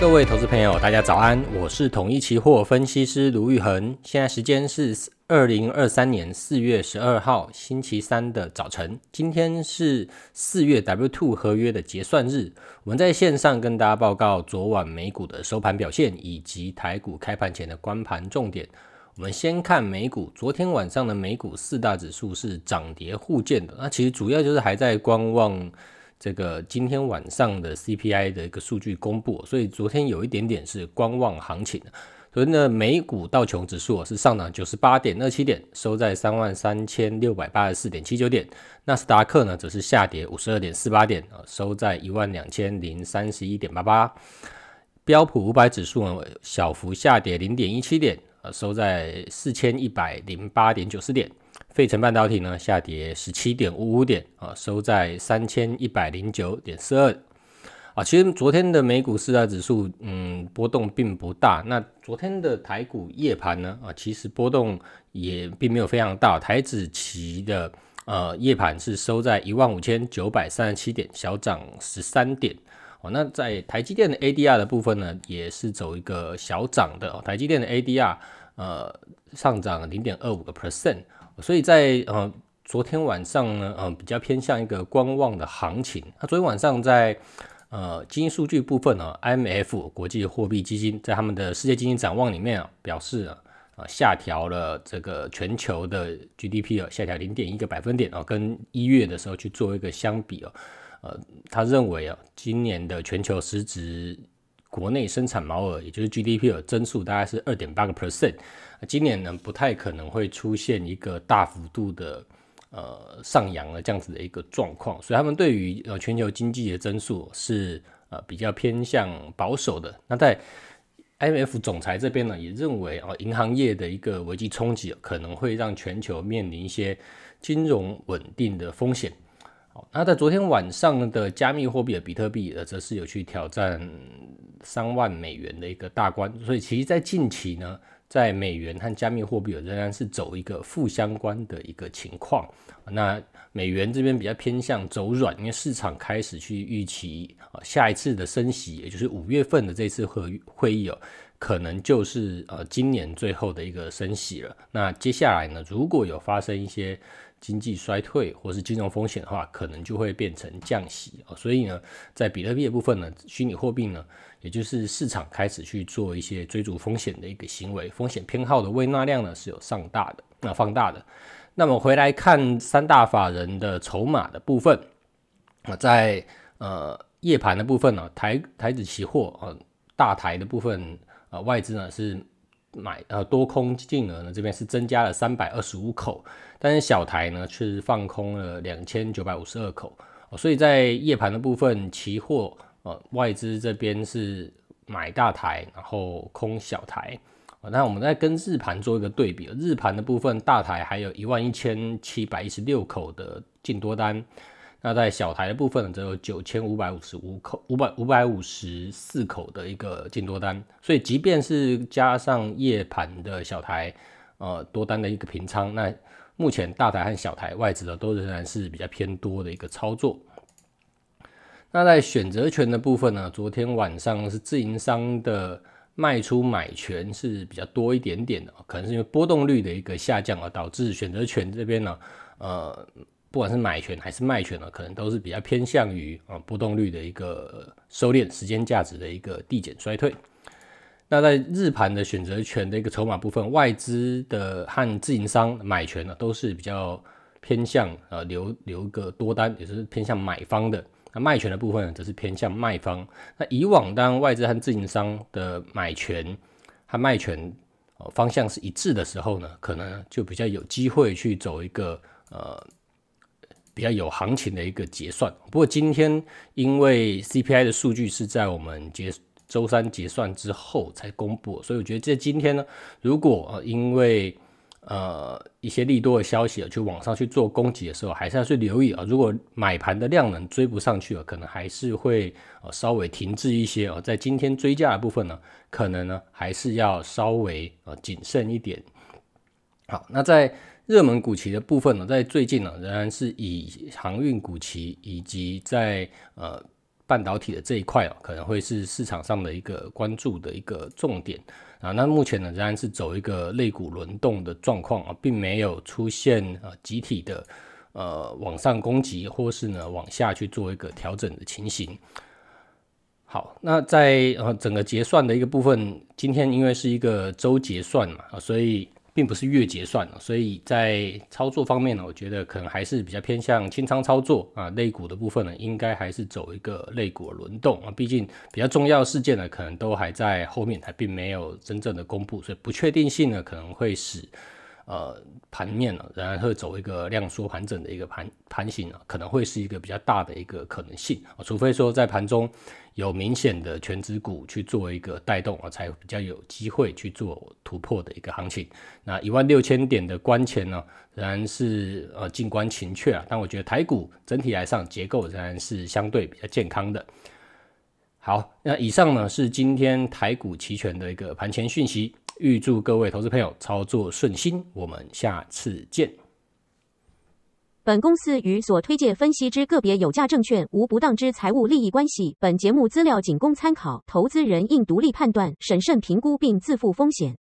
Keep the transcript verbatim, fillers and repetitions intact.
各位投资朋友，大家早安，我是统一期货分析师卢玉衡。现在时间是二零二三年四月十二号星期三的早晨。今天是四月 W 二 合约的结算日，我们在线上跟大家报告昨晚美股的收盘表现，以及台股开盘前的观盘重点。我们先看美股，昨天晚上的美股四大指数是涨跌互见的，那其实主要就是还在观望这个今天晚上的 C P I 的一个数据公布，所以昨天有一点点是观望行情的。昨天的美股道琼指数是上涨 九十八点二七 点，收在 三万三千六百八十四点七九 点。纳斯达克呢则是下跌 五十二点四八 点，收在 一万两千零三十一点八八。标普五百指数呢小幅下跌 零点一七 点，收在 四千一百零八点九四 点。费城半导体呢下跌 十七点五五 点，收在 三千一百零九点四二。啊，其实昨天的美股四大指数，嗯，波动并不大。那昨天的台股夜盘呢，啊，其实波动也并没有非常大。台指期的呃夜盘是收在 一万五千九百三十七 点，小涨十三点。哦，那在台积电的 A D R 的部分呢，也是走一个小涨的。哦，台积电的 A D R 呃上涨 零点二五 个 percent， 所以在呃昨天晚上呢，呃比较偏向一个观望的行情。那昨天晚上在呃，经济数据部分呢 ，I M F 国际货币基金在他们的世界经济展望里面啊，表示啊，呃、下调了这个全球的 G D P 啊，下调 零点一 个百分点啊，跟一月的时候去做一个相比啊，呃，他认为啊，今年的全球实质国内生产毛额，也就是 G D P 的增速大概是 二点八个 percent， 今年呢不太可能会出现一个大幅度的。呃，上扬了这样子的一个状况，所以他们对于呃全球经济的增速是呃比较偏向保守的。那在 I M F 总裁这边呢，也认为啊，银行业的一个危机冲击可能会让全球面临一些金融稳定的风险。好，那在昨天晚上的加密货币的比特币，呃，则是有去挑战三万美元的一个大关，所以其实在近期呢。在美元和加密货币仍然是走一个负相关的一个情况，那美元这边比较偏向走软，因为市场开始去预期下一次的升息，也就是五月份的这次会议哦，可能就是呃今年最后的一个升息了。那接下来呢，如果有发生一些经济衰退或是金融风险的话，可能就会变成降息。所以呢，在比特币的部分呢，虚拟货币呢，也就是市场开始去做一些追逐风险的一个行为，风险偏好的胃纳量呢是有上大的，那放大的。那么回来看三大法人的筹码的部分，在呃夜盘的部分呢，台台指期货呃大台的部分呃外资呢是买呃多空净额呢这边是增加了三百二十五口，但是小台呢是放空了两千九百五十二口，哦，所以在夜盘的部分期货呃外资这边是买大台，然后空小台。哦，那我们再跟日盘做一个对比，日盘的部分大台还有一万一千七百一十六口的净多单。那在小台的部分呢，则有九千五百五十五口、五百五百五十四口的一个净多单，所以即便是加上夜盘的小台，呃多单的一个平仓，那目前大台和小台外资的都仍然是比较偏多的一个操作。那在选择权的部分呢，昨天晚上是自营商的卖出买权是比较多一点点的，可能是因为波动率的一个下降而导致选择权这边呢，呃。不管是买权还是卖权呢，可能都是比较偏向于啊波动率的一个收敛，时间价值的一个递减衰退。那在日盘的选择权的一个筹码部分，外资的和自营商买权呢都是比较偏向呃留留个多单，也就是偏向买方的。那卖权的部分呢，则是偏向卖方。那以往当外资和自营商的买权和卖权、呃、方向是一致的时候呢，可能就比较有机会去走一个呃。比较有行情的一个结算，不过今天因为 C P I 的数据是在我们结周三结算之后才公布，所以我觉得在今天呢，如果、呃、因为呃一些利多的消息去往上去做攻击的时候，还是要去留意啊。如果买盘的量能追不上去了，可能还是会、呃、稍微停滞一些、呃、在今天追价的部分呢，可能呢还是要稍微、呃、谨慎一点。好，那在热门股期的部分呢，在最近呢，仍然是以航运股期以及在呃半导体的这一块哦，可能会是市场上的一个关注的一个重点啊。那目前呢，仍然是走一个类股轮动的状况啊，并没有出现呃集体的呃往上攻击，或是呢往下去做一个调整的情形。好，那在呃整个结算的一个部分，今天因为是一个周结算嘛，啊，所以并不是月结算，所以在操作方面呢，我觉得可能还是比较偏向清仓操作啊。类股的部分呢，应该还是走一个类股的轮动啊，毕竟比较重要的事件呢，可能都还在后面，还并没有真正的公布，所以不确定性呢，可能会使呃盘面呢，仍然会走一个量缩盘整的一个盘盘形啊，可能会是一个比较大的一个可能性啊，除非说在盘中有明显的全指股去做一个带动啊，才比较有机会去做突破的一个行情。那一万六千点的关前呢，仍然是呃静观情却啊，但我觉得台股整体来上结构仍然是相对比较健康的。好，那以上呢是今天台股期权的一个盘前讯息，预祝各位投资朋友操作顺心，我们下次见。 本公司与所推介分析之个别有价证券无不当之财务利益关系，本节目资料仅供参考，投资人应独立判断、审慎评估并自负风险。